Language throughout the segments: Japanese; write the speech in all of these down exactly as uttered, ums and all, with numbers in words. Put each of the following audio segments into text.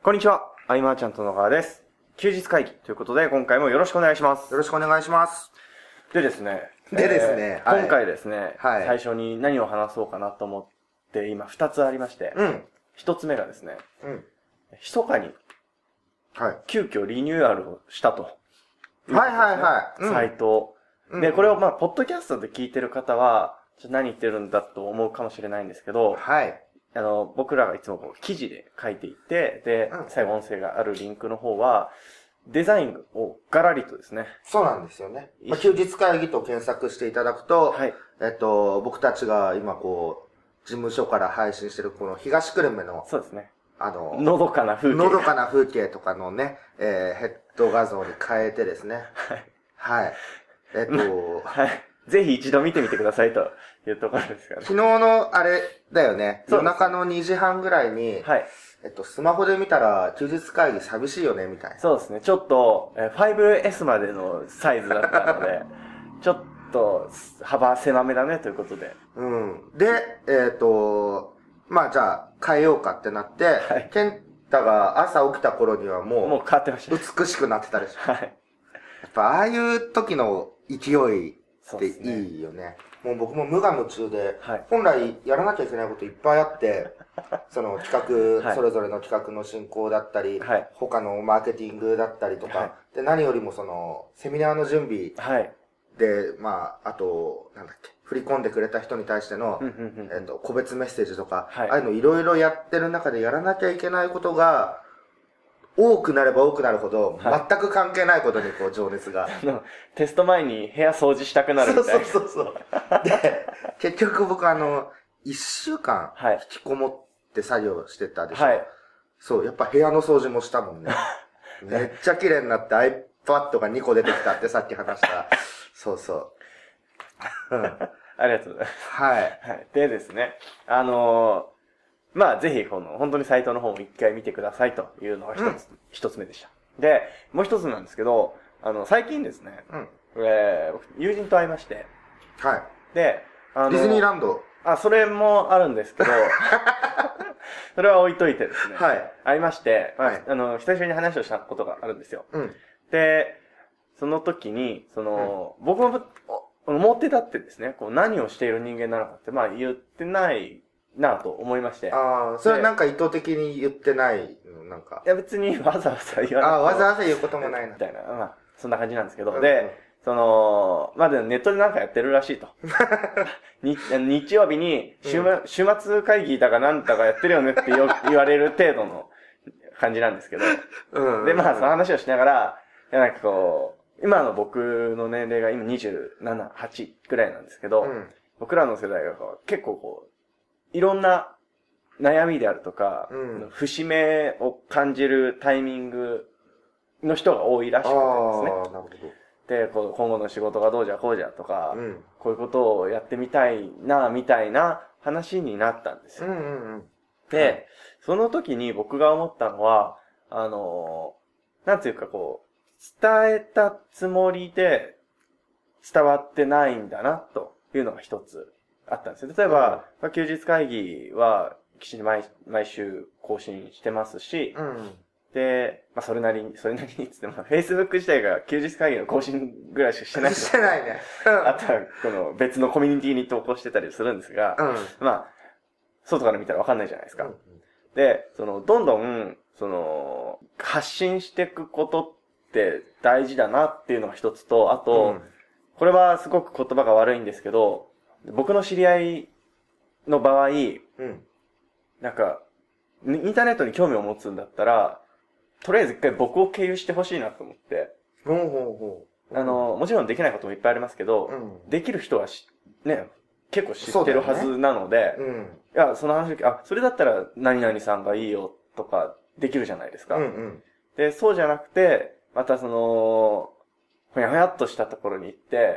こんにちは、アイマーちゃんと野川です。休日会議ということで、今回もよろしくお願いします。 よろしくお願いします。 でですね。 でですね。 えーはい、今回ですね、 はい、 最初に何を話そうかなと思って、今二つありまして、 うん。 一つ目がですね、 うん。 密かに、 はい。 急遽リニューアルをしたと、 ね。はいはいはい。 サイト、うん、で、これをまあ、ポッドキャストで聞いてる方は、ちょっと何言ってるんだと思うかもしれないんですけど、 はい。 あの、僕らがいつもこう記事で書いていて、で、うん、最後音声があるリンクの方は、デザインをガラリとですね。 そうなんですよね。まあ、休日会議と検索していただくと、はい、えっと、僕たちが今こう、事務所から配信してるこの東久留米の、 そうですね。 あの、 のどかな風景。 のどかな風景とかのね、えー、ヘッド画像に変えてですね。はい。はい。えっと、 はい。ぜひ一度見てみてくださいというところですからね。 昨日のあれだよね。夜中のにじはんぐらいに、はい。えっと、スマホで見たら休日会議寂しいよね、みたいな。 そうですね。ちょっと、えー、ファイブエス までのサイズだったので、ちょっと幅狭めだねということで。 うん。で、えっと、まあじゃあ変えようかってなって、はい。ケンタが朝起きた頃にはもう、 もう変わってました、ね。 美しくなってたでしょ。 はい。 やっぱああいう時の勢いっていいよね。もう僕も無我夢中で、はい、本来やらなきゃいけないこといっぱいあって、その企画、はい、それぞれの企画の進行だったり、はい、他のマーケティングだったりとか、はい、で、何よりもその、セミナーの準備で、まあ、あと、なんだっけ、振り込んでくれた人に対しての、えっと、個別メッセージとか、はい、ああいうのいろいろやってる中でやらなきゃいけないことが、多くなれば多くなるほど、全く関係ないことにこう情熱が。 テスト前に部屋掃除したくなるみたいな。 そうそうそうそう。で、結局僕あの、一週間引きこもって作業してたでしょ。はい。そう、やっぱ部屋の掃除もしたもんね。めっちゃ綺麗になって iPad がにこ出てきたってさっき話した。そうそう。うん。 ありがとうございます。 はい。 はい。でですね、あのー、まあ、ぜひ、この、本当にサイトの方も一回見てくださいというのが一つ、一、うん、つ目でした。で、もう一つなんですけど、あの、最近ですね、うん、えー、友人と会いまして、 はい。 で、 あの、ディズニーランド。 あ、それもあるんですけど、それは置いといてですね、はい。会いまして、まあ、はい、あの、久しぶりに話をしたことがあるんですよ。うん。で、その時に、その、うん、僕も思ってたってですね、こう何をしている人間なのかって、まあ言ってない、なぁと思いまして。 ああ、それはなんか意図的に言ってないのなんか。 いや別にわざわざ言わない。 ああ、わざわざ言うこともないな。 みたいな。まあ、そんな感じなんですけど。うんうん、で、その、まだネットでなんかやってるらしいと。に日曜日に週、うん、週末会議だかなんだかやってるよねってよ言われる程度の感じなんですけど。うんうん、で、まあその話をしながら、いやなんかこう、今の僕の年齢が今にじゅうなな、はちくらいなんですけど、うん、僕らの世代が結構こう、いろんな悩みであるとか、うん、節目を感じるタイミングの人が多いらしくてですね。 ああ、なるほど。 で、こう今後の仕事がどうじゃこうじゃとか、うん、こういうことをやってみたいな、みたいな話になったんですよ。 うんうんうん、 で、はい、その時に僕が思ったのは、あの、なんていうかこう、伝えたつもりで伝わってないんだな、というのが一つ。あったんですよ。例えば、うん、休日会議は、きちんと毎、毎週更新してますし、うん、で、まあ、それなりに、それなりにつっても、Facebook 自体が休日会議の更新ぐらいしかしてない。 してないね。 あとは、この別のコミュニティに投稿してたりするんですが、うん、まあ、外から見たらわかんないじゃないですか。うん、で、その、どんどん、その、発信していくことって大事だなっていうのが一つと、あと、うん、これはすごく言葉が悪いんですけど、僕の知り合いの場合、うん、なんか、インターネットに興味を持つんだったら、とりあえず一回僕を経由してほしいなと思って。 ほうほうほう。あの、もちろんできないこともいっぱいありますけど、うん、できる人はし、ね、結構知ってるはずなので、ね、うん、いや、その話で、あ、それだったら何々さんがいいよとかできるじゃないですか。うんうん、で、そうじゃなくて、またその、ほやほやっとしたところに行って、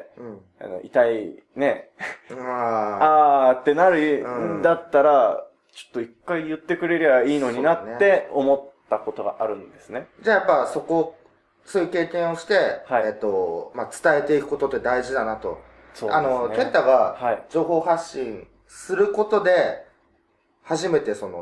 うん、あの痛いね、あーってなるんだったら、ちょっと一回言ってくれりゃいいのになって思ったことがあるんですね。 じゃあやっぱそこ、そういう経験をして、はい、えっと、まあ、伝えていくことって大事だなと。そうですね。あの、ケンタが情報発信することで、初めてそのね、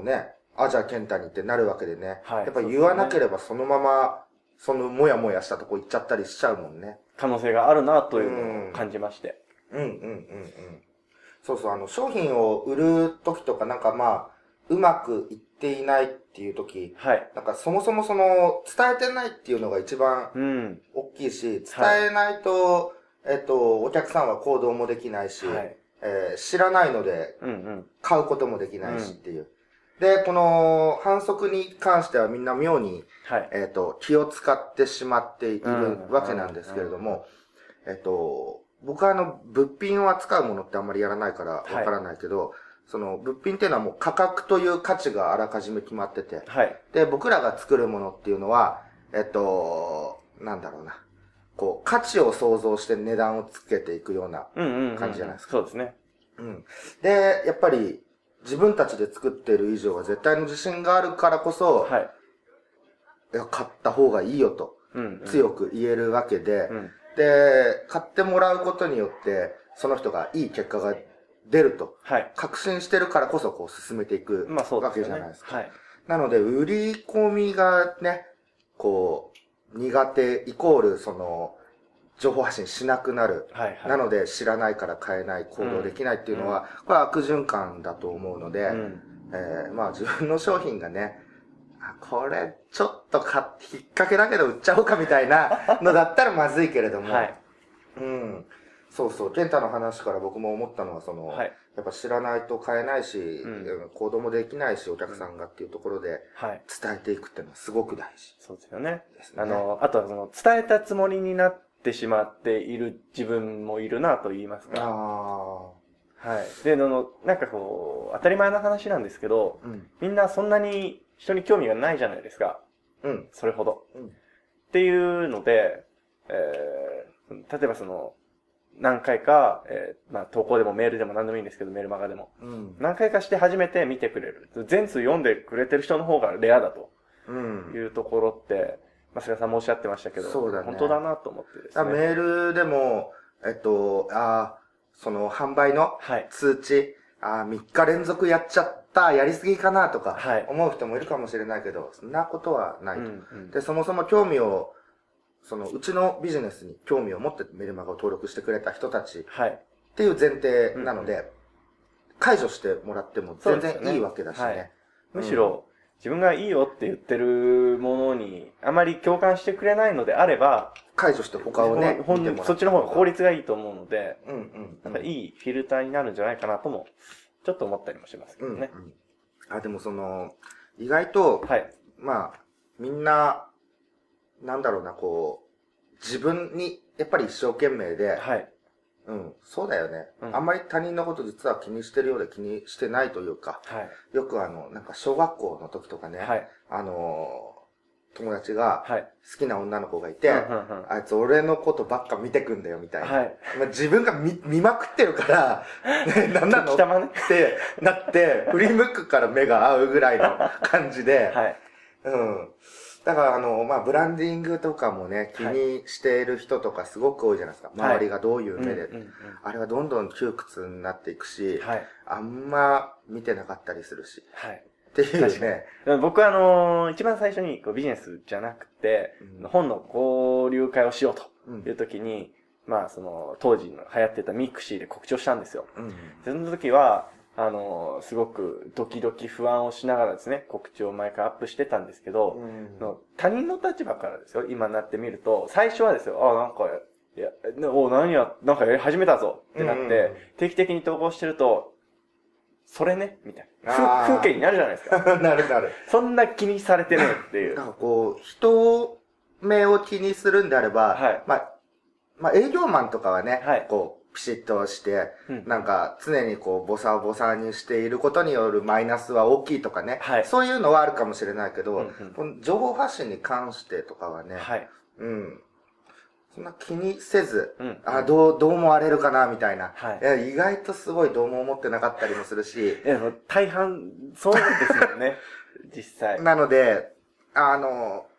あ、じゃあ健太にってなるわけでね。 はい。 やっぱ言わなければそのまま、そのもやもやしたとこ行っちゃったりしちゃうもんね。 可能性があるなというのを感じまして。 うん、うん、うん、うん。そうそう、あの、商品を売る時とかなんかまあ、うまくいっていないっていう時、 はい。 なんかそもそもその、伝えてないっていうのが一番大きいし、うん、伝えないと、はい、えっと、お客さんは行動もできないし、はい、えー、知らないので、買うこともできないしっていう。うんうん、で、この反則に関してはみんな妙に、はい、えっと、気を使ってしまっているわけなんですけれども、えっと、僕はあの、物品を扱うものってあんまりやらないからわからないけど、はい、その、物品っていうのはもう価格という価値があらかじめ決まってて、はい、で、僕らが作るものっていうのは、えっと、なんだろうな。こう、価値を想像して値段をつけていくような感じじゃないですか。 そうですね。 うん。で、やっぱり、自分たちで作っている以上は絶対の自信があるからこそ、はい。いや、買った方がいいよと、強く言えるわけで、うんうん、で、買ってもらうことによって、その人がいい結果が出ると、はい、確信してるからこそこう進めていくわけじゃないですか。まあそうですよね。はい。なので、売り込みがね、こう、苦手イコール、その、情報発信しなくなる。はいはい、なので、知らないから買えない、行動できないっていうのは、うん、これは悪循環だと思うので、うん、えー、まあ自分の商品がね、これ、ちょっとか、引っ掛けだけど売っちゃおうかみたいなのだったらまずいけれども、はい、うん。そうそう、健太の話から僕も思ったのは、その、はい、やっぱ知らないと買えないし、うん、行動もできないし、お客さんがっていうところで、伝えていくっていうのはすごく大事、 そうですよね。あの、あとはその、伝えたつもりになってしまっている自分もいるなと言いますか。あはい。で、あの、なんかこう、当たり前の話なんですけど、うん、みんなそんなに人に興味がないじゃないですか。うん。それほど。うん。っていうので、えー、例えばその、何回か、えー、まあ、投稿でもメールでも何でもいいんですけど、メールマガでも。うん。何回かして初めて見てくれる。全通読んでくれてる人の方がレアだと。うん。いうところって、まあ、菅さんもおっしゃってましたけど、そうだね。本当だなと思ってですね。 メールでも、えっと、あその、販売の通知、はい、あみっか連続やっちゃった、やりすぎかなとか、思う人もいるかもしれないけど、そんなことはないと。うんうん、で、そもそも興味を、その、うちのビジネスに興味を持ってメルマガを登録してくれた人たち、っていう前提なので、はいうんうん、解除してもらっても全然いいわけだしね。はい、 むしろ、うん自分がいいよって言ってるものにあまり共感してくれないのであれば、 解除して他をね、 ほん見てもらそっちの方が効率がいいと思うので、うんうんうん、なんかいいフィルターになるんじゃないかなとも、ちょっと思ったりもしますけどね。うんうん、 あ、でもその、意外と、はい、まあ、みんな、なんだろうな、こう、自分にやっぱり一生懸命で、はい、うん、そうだよね、うん。あんまり他人のこと実は気にしてるようで気にしてないというか、はい、よくあの、なんか小学校の時とかね、はい、あのー、友達が好きな女の子がいて、はい、あいつ俺のことばっか見てくんだよみたいな。はい、まあ、自分が 見, 見まくってるから、ね、なんなのってなって、振り向くから目が合うぐらいの感じで、はい、うんだからあの、まあ、ブランディングとかもね、気にしている人とかすごく多いじゃないですか。はい、周りがどういう目で、うんうんうん。あれはどんどん窮屈になっていくし、はい、あんま見てなかったりするし。はい、っていうね。 僕はあのー、一番最初にこうビジネスじゃなくて、うん、本の交流会をしようという時に、うん、まあその、当時の流行ってたミクシーで告知をしたんですよ。うん、その時は、あの、すごくドキドキ不安をしながらですね、告知を毎回アップしてたんですけど、うん、の他人の立場からですよ、今になってみると、最初はですよ、あ、なんか、いや、お、何や、なんかやり始めたぞってなって、うんうん、定期的に投稿してると、それねみたいな。風景になるじゃないですか。 なるなる。 そんな気にされてねっていう。 なんかこう、人目を気にするんであれば、はい、まあ、まあ営業マンとかはね、はい、こう、ピシッとして、うん、なんか常にこうボサボサにしていることによるマイナスは大きいとかね、はい、そういうのはあるかもしれないけど、うんうん、この情報発信に関してとかはね、はい、うん、そんな気にせず、うん、あどう、どう思われるかなみたいな、はい、いや意外とすごいどうも思ってなかったりもするし、いや大半、そうですよね、実際。 なので、あの、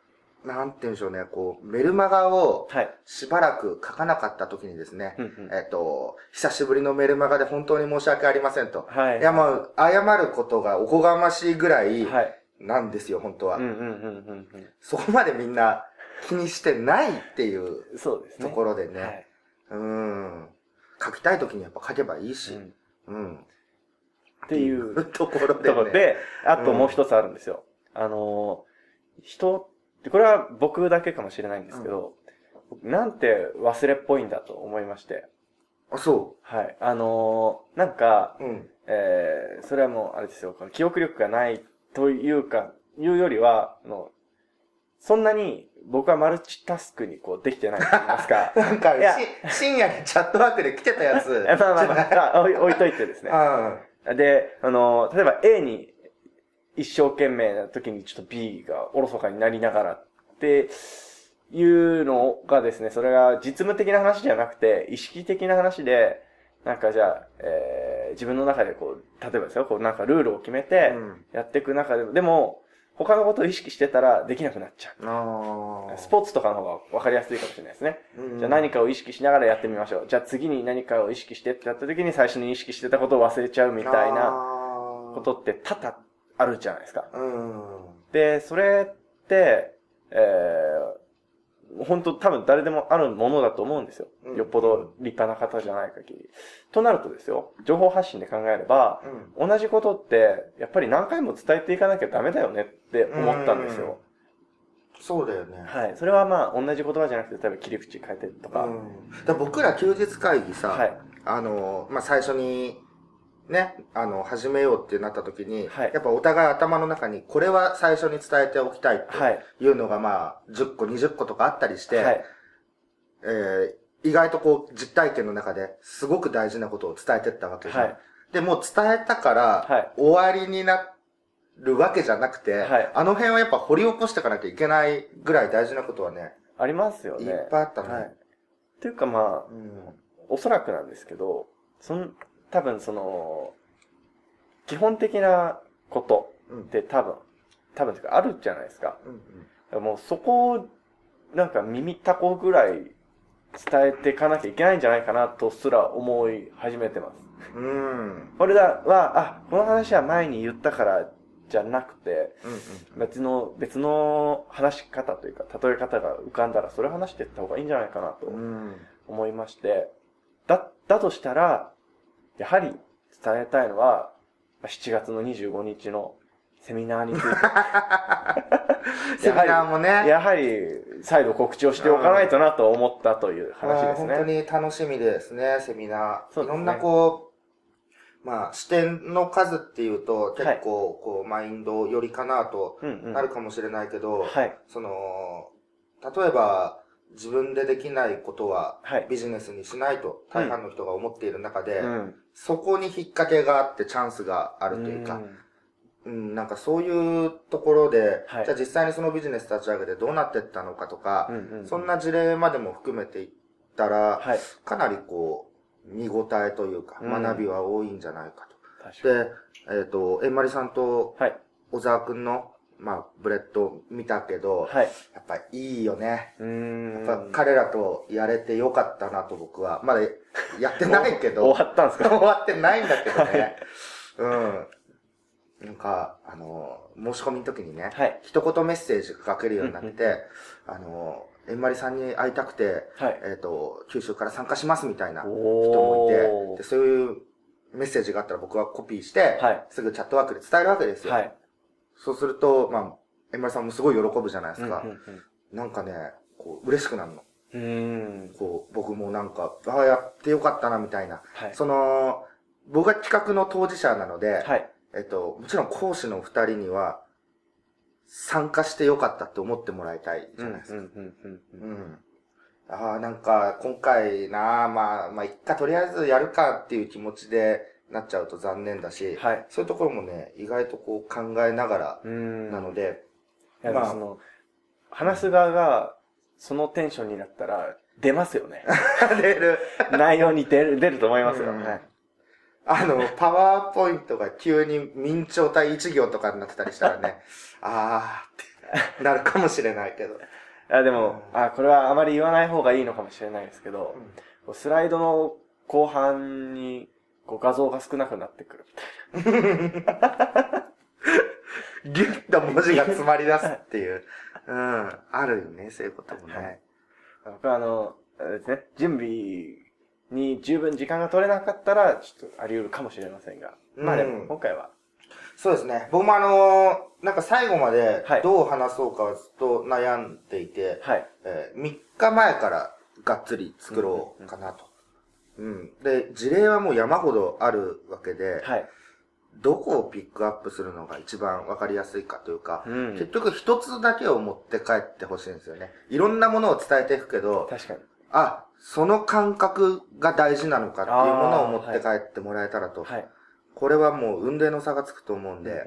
なんて言うんでしょうね、こう、メルマガを、しばらく書かなかった時にですね、はい、えっと、久しぶりのメルマガで本当に申し訳ありませんと。はい、いや、もう、謝ることがおこがましいぐらい、なんですよ、本当は。そこまでみんな気にしてないっていうところでね。はい、うん。書きたい時にやっぱ書けばいいし。うん。うん、 っていうところで、ね。 ところで、あともう一つあるんですよ。うん、あの、人、これは僕だけかもしれないんですけど、うん、なんて忘れっぽいんだと思いまして。 あ、そう。 はい。あのー、なんか、うん、えー、それはもう、あれですよ、記憶力がないというか、いうよりは、あの、そんなに僕はマルチタスクにこうできてないと言いますか。 なんか、深夜にチャットワークで来てたやつ。 まあまあまあ、置い置いといてですね。で、あの、例えば A に一生懸命な時にちょっと B がおろそかになりながらっていうのがですね、それが実務的な話じゃなくて、意識的な話で、なんかじゃあ、えー、自分の中でこう、例えばですよ、こうなんかルールを決めてやっていく中でも、うん、でも、他のことを意識してたらできなくなっちゃう。あスポーツとかの方が分かりやすいかもしれないですね。うん、じゃあ何かを意識しながらやってみましょう。じゃあ次に何かを意識してってやった時に最初に意識してたことを忘れちゃうみたいなことって多々あるじゃないですか。うん、で、それって、えー、本当多分誰でもあるものだと思うんですよ。よっぽど立派な方じゃない限り。となるとですよ、情報発信で考えれば、うん、同じことって、やっぱり何回も伝えていかなきゃダメだよねって思ったんですよ。 そうだよね。 はい。それはまあ、同じ言葉じゃなくて、例えば切り口変えてとか。 うん、だ僕ら休日会議さ、はい、あの、まあ、最初に、ね、あの、始めようってなった時に、はい、やっぱお互い頭の中に、これは最初に伝えておきたいっていうのが、まあ、じゅっこ、にじゅっことかあったりして、はい、えー、意外とこう、実体験の中ですごく大事なことを伝えてったわけじゃん。はい、で、もう伝えたから、はい、終わりになるわけじゃなくて、はい、あの辺はやっぱ掘り起こしていかなきゃいけないぐらい大事なことはね。 ありますよね。 いっぱいあったね。はい、 っていうかまあ、うん、おそらくなんですけど、その、多分その、基本的なことって多分、うん、多分あるじゃないですか。うんうん、もうそこを、なんか耳たこぐらい伝えていかなきゃいけないんじゃないかなとすら思い始めてます。うん。これだは、あ、この話は前に言ったからじゃなくて、うんうん、別の、別の話し方というか、例え方が浮かんだらそれ話していった方がいいんじゃないかなと思いまして、だ、だとしたら、やはり伝えたいのは、しちがつのにじゅうごにちのセミナーについて。 セミナーもね。 やはり、再度告知をしておかないとなと思ったという話ですね。 本当に楽しみですね、セミナー。いろんなこう、まあ、視点の数っていうと、結構、こう、マインド寄りかなとなるかもしれないけど、はい、その、例えば、自分でできないことはビジネスにしないと大半の人が思っている中で、うん、そこに引っ掛けがあってチャンスがあるというか、うん、うん、なんかそういうところで、はい、じゃあ実際にそのビジネス立ち上げてどうなっていったのかとか、うんうんうん、そんな事例までも含めていったら、はい、かなりこう、見応えというか、学びは多いんじゃないかと。うん、で、えっと、えんまりさんと小沢くんの、まあ、ブレッド見たけど、はい、やっぱいいよね。うーんやっぱ彼らとやれてよかったなと僕は。まだやってないけど。 終わったんですか？ 終わってないんだけどね。うん。なんか、あの、申し込みの時にね、はい、一言メッセージが書けるようになって、あの、えんまりさんに会いたくて、はい、えっと、九州から参加しますみたいな人もいて、でそういうメッセージがあったら僕はコピーして、はい、すぐチャットワークで伝えるわけですよ。はいそうすると、まあ、えんまりさんもすごい喜ぶじゃないですか。うんうんうん、なんかね、こう、嬉しくなるの。うーんこう、僕もなんか、ああ、やってよかったな、みたいな。はい、その、僕が企画の当事者なので、はい、えっと、もちろん講師の二人には、参加してよかったって思ってもらいたいじゃないですか。うん。ああ、なんか、今回な、まあ、まあ、一回とりあえずやるかっていう気持ちで、なっちゃうと残念だし、はい、そういうところもね、意外とこう考えながらなので、 まあ、その、話す側がそのテンションになったら出ますよね。 出る。 内容に出る、出ると思いますよね。 あの、パワーポイントが急に明朝体一行とかになってたりしたらね、あーってなるかもしれないけど。 あでも、うん、あ、これはあまり言わない方がいいのかもしれないですけど、うん、スライドの後半にこう画像が少なくなってくるみたいな。 ギュッと文字が詰まり出すっていう。うん。あるよね、そういうこともね。はい、 僕はあの、あれですね、準備に十分時間が取れなかったら、ちょっとあり得るかもしれませんが。うん、まあでも、今回は。 そうですね。僕もあのー、なんか最後までどう話そうかはずっと悩んでいて、はい、えー、みっかまえからがっつり作ろうかなと。うん、うんうん。で、事例はもう山ほどあるわけで、はい、どこをピックアップするのが一番わかりやすいかというか、うん、結局一つだけを持って帰ってほしいんですよね。いろんなものを伝えていくけど、 確かに。 あ、その感覚が大事なのかっていうものを持って帰ってもらえたらと。はい、これはもう運命の差がつくと思うんで、うん、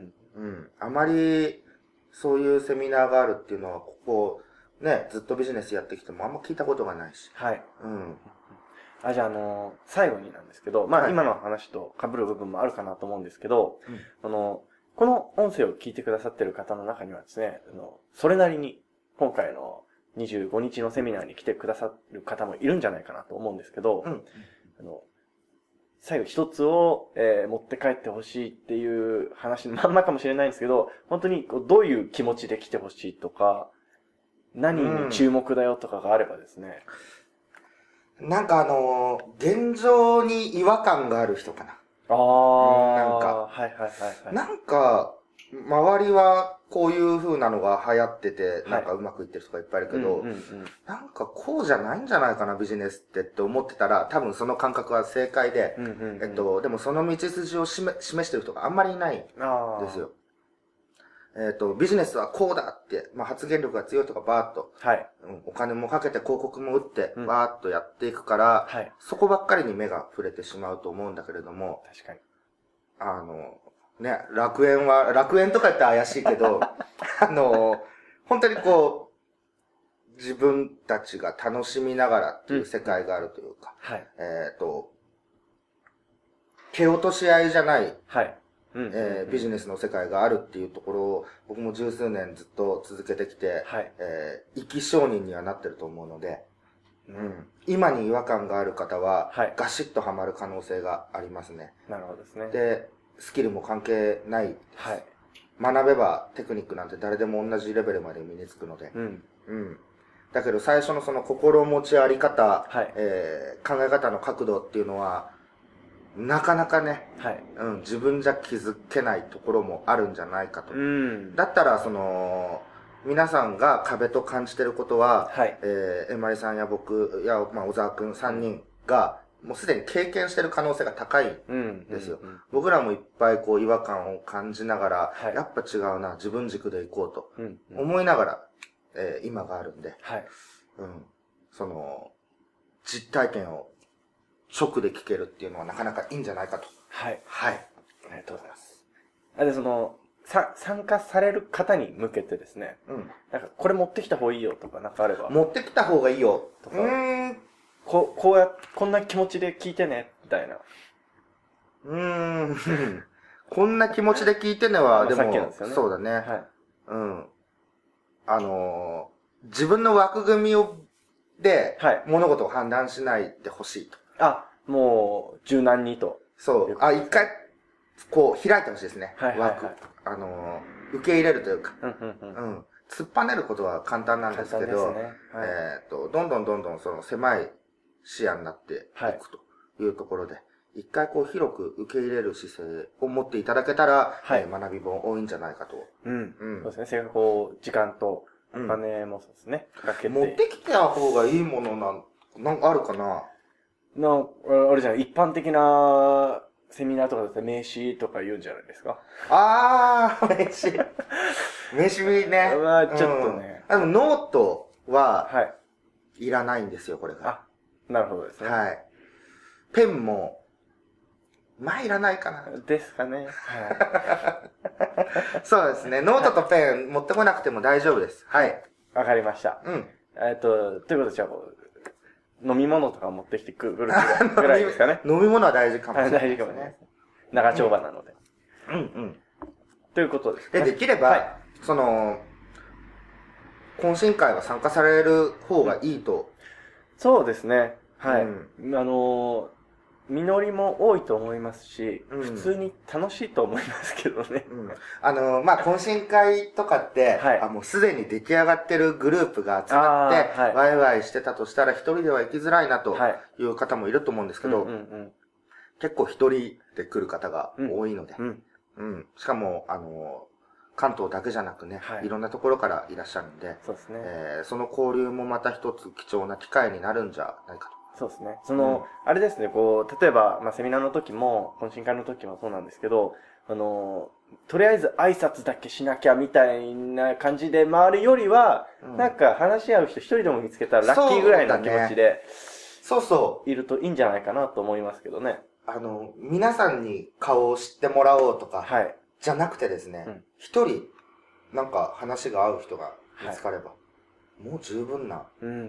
うん、あまりそういうセミナーがあるっていうのは、ここ、ね、ずっとビジネスやってきてもあんま聞いたことがないし。はい。うん。 あ、じゃあ、あのー、最後になんですけど、まあ、はい、今の話と被る部分もあるかなと思うんですけど、うん、あの、この音声を聞いてくださってる方の中にはですね、あの、それなりに、今回のにじゅうごにちのセミナーに来てくださる方もいるんじゃないかなと思うんですけど、うん、あの、最後一つを、えー、持って帰ってほしいっていう話のまんまかもしれないんですけど、本当にこうどういう気持ちで来てほしいとか、何に注目だよとかがあればですね、 うん、なんかあのー、現状に違和感がある人かな。ああ、うん、なんか、はいはいはい、はい。 なんか、周りはこういう風なのが流行ってて、なんかうまくいってる人がいっぱいいるけど、なんかこうじゃないんじゃないかな、ビジネスってって思ってたら、多分その感覚は正解で、うんうんうん、えっと、でもその道筋を示してる人があんまりいないんですよ。えっと、ビジネスはこうだって、まあ、発言力が強いとかバーっと、はい、うん、お金もかけて広告も打って、バーっとやっていくから、うん、はい、そこばっかりに目が触れてしまうと思うんだけれども、 確かに。 あの、ね、楽園は、楽園とか言って怪しいけど、あの、本当にこう、自分たちが楽しみながらっていう世界があるというか、うん、はい、えっと、蹴落とし合いじゃない、はい、うんえー、ビジネスの世界があるっていうところを、僕も十数年ずっと続けてきて、はい、えー、生き証人にはなってると思うので、うん、今に違和感がある方は、はい、ガシッとハマる可能性がありますね。 なるほどですね。 で、スキルも関係ないです。はい。学べばテクニックなんて誰でも同じレベルまで身につくので。うん。うん。だけど最初のその心持ちあり方、はい、えー、考え方の角度っていうのは、なかなかね、はい。うん、自分じゃ気づけないところもあるんじゃないかと。うん。だったら、その、皆さんが壁と感じてることは、はい。えー、えまりさんや僕や、まあ、小沢くんさんにんが、もうすでに経験してる可能性が高いんですよ。うんうんうん、僕らもいっぱいこう違和感を感じながら、はい、やっぱ違うな、自分軸で行こうと思いながら、うんうん、えー、今があるんで、はい、うん、その、実体験を直で聞けるっていうのはなかなかいいんじゃないかと。はい。はい。 ありがとうございます。で、その、さ、参加される方に向けてですね、うん。なんか、これ持ってきた方がいいよとかなんかあれば。 持ってきた方がいいよとか。うーん。 こう、こうや、こんな気持ちで聞いてね、みたいな。 うーん。こんな気持ちで聞いてねは、でも、ね、そうだね。はい。うん。あのー、自分の枠組みを、で、はい、物事を判断しないでほしいと。 あ、もう、柔軟にと。 そう。あ、一回、こう、開いてほしいですね。はい、はいはい。枠。あのー、受け入れるというか。うん、うん、うん。うん。突っぱねることは簡単なんですけど、ねはい、えっと、どんどんどんどんその狭い視野になっていくというところで、はい、一回こう広く受け入れる姿勢を持っていただけたら、はいえー、学び本多いんじゃないかと。うん。 うん、そうですね。せっかくこう、時間とお金もそうですね。 うん、かけて。持ってきた方がいいものなん、なんかあるかなな、あれじゃない、一般的なセミナーとかだったら名刺とか言うんじゃないですか。 あー、名刺。名刺ね。 まあ、ちょっとね。 うん、あの、ノートは、はい。いらないんですよ、これが。 あ、なるほどですね。 はい。ペンも、まあ、いらないかな。 ですかね。 はい。そうですね。ノートとペン持ってこなくても大丈夫です。はい。 わかりました。うん。えっと、ということで、じゃあ、飲み物とか持ってきてくるぐらいですかね。 飲み物は大事かもしれない、 大事かもね。長丁場なので。うん、うん。ということですね。で、できれば、はい、その、 懇親会は参加される方がいいと。 そうですね。はい。うん、あのー、実りも多いと思いますし、うん、普通に楽しいと思いますけどね。 うん、あのー、まあ、懇親会とかって、はい、あもうすでに出来上がってるグループが集まって、はい、ワイワイしてたとしたら一人では行きづらいなという方もいると思うんですけど、うんうんうん、結構一人で来る方が多いので、うんうん、しかも、あのー、関東だけじゃなくね、はい、いろんなところからいらっしゃるんで、 そうですね。 えー、その交流もまた一つ貴重な機会になるんじゃないかと。 そうですね。その、うん、あれですね、こう、例えば、まあ、セミナーの時も、懇親会の時もそうなんですけど、あの、とりあえず挨拶だけしなきゃみたいな感じで回るよりは、うん、なんか話し合う人一人でも見つけたらラッキーぐらいの気持ちで、 そうそう。 いるといいんじゃないかなと思いますけどね。 あの、皆さんに顔を知ってもらおうとか、はい、じゃなくてですね、一、うん、人、なんか話が合う人が見つかれば、はい、もう十分な。うん。うん。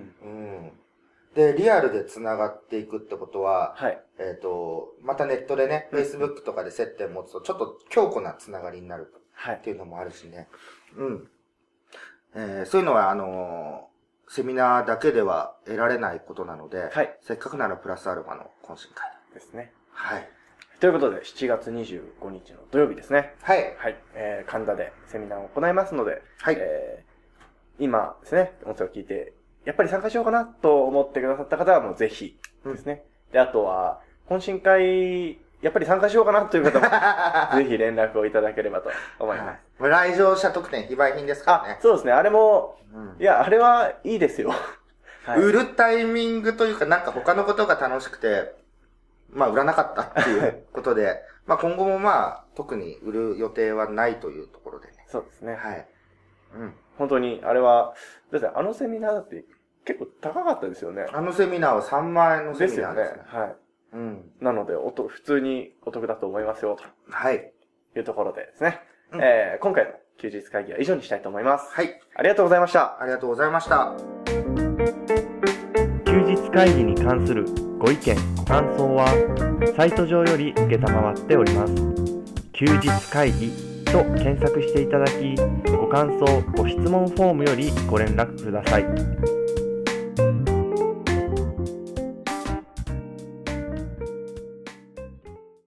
で、リアルで繋がっていくってことは、はい、えっ、ー、と、またネットでね、うん、Facebook とかで接点持つと、ちょっと強固な繋がりになるっていうのもあるしね。はい、うん。えー、そういうのは、あのー、セミナーだけでは得られないことなので、はい、せっかくならプラスアルファの懇親会ですね。 はい。 ということで、しちがつにじゅうごにちの土曜日ですね。 はい。 はい。えー、神田でセミナーを行いますので、はい。えー、今ですね、音声を聞いて、やっぱり参加しようかなと思ってくださった方はもうぜひですね。うん、で、あとは、懇親会、やっぱり参加しようかなという方も、ぜひ連絡をいただければと思います。 はい、来場者特典非売品ですからね。 あ、そうですね。あれも、うん、いや、あれはいいですよ。 はい、売るタイミングというか、なんか他のことが楽しくて、まあ売らなかったっていうことで、まあ今後もまあ特に売る予定はないというところでね。 そうですね。 はい。 うん。本当に、あれは、だってあのセミナーだって結構高かったですよね。 あのセミナーはさんまんえんのセミナーですね。 ですよね。はい。うん。なので、おと、普通にお得だと思いますよ、と。 はい。 いうところでですね。うん、えー、今回の休日会議は以上にしたいと思います。 はい。 ありがとうございました。 ありがとうございました。 休日会議に関するご意見、ご感想は、サイト上より受けたまわっております。休日会議と検索していただき、ご感想、ご質問フォームよりご連絡ください。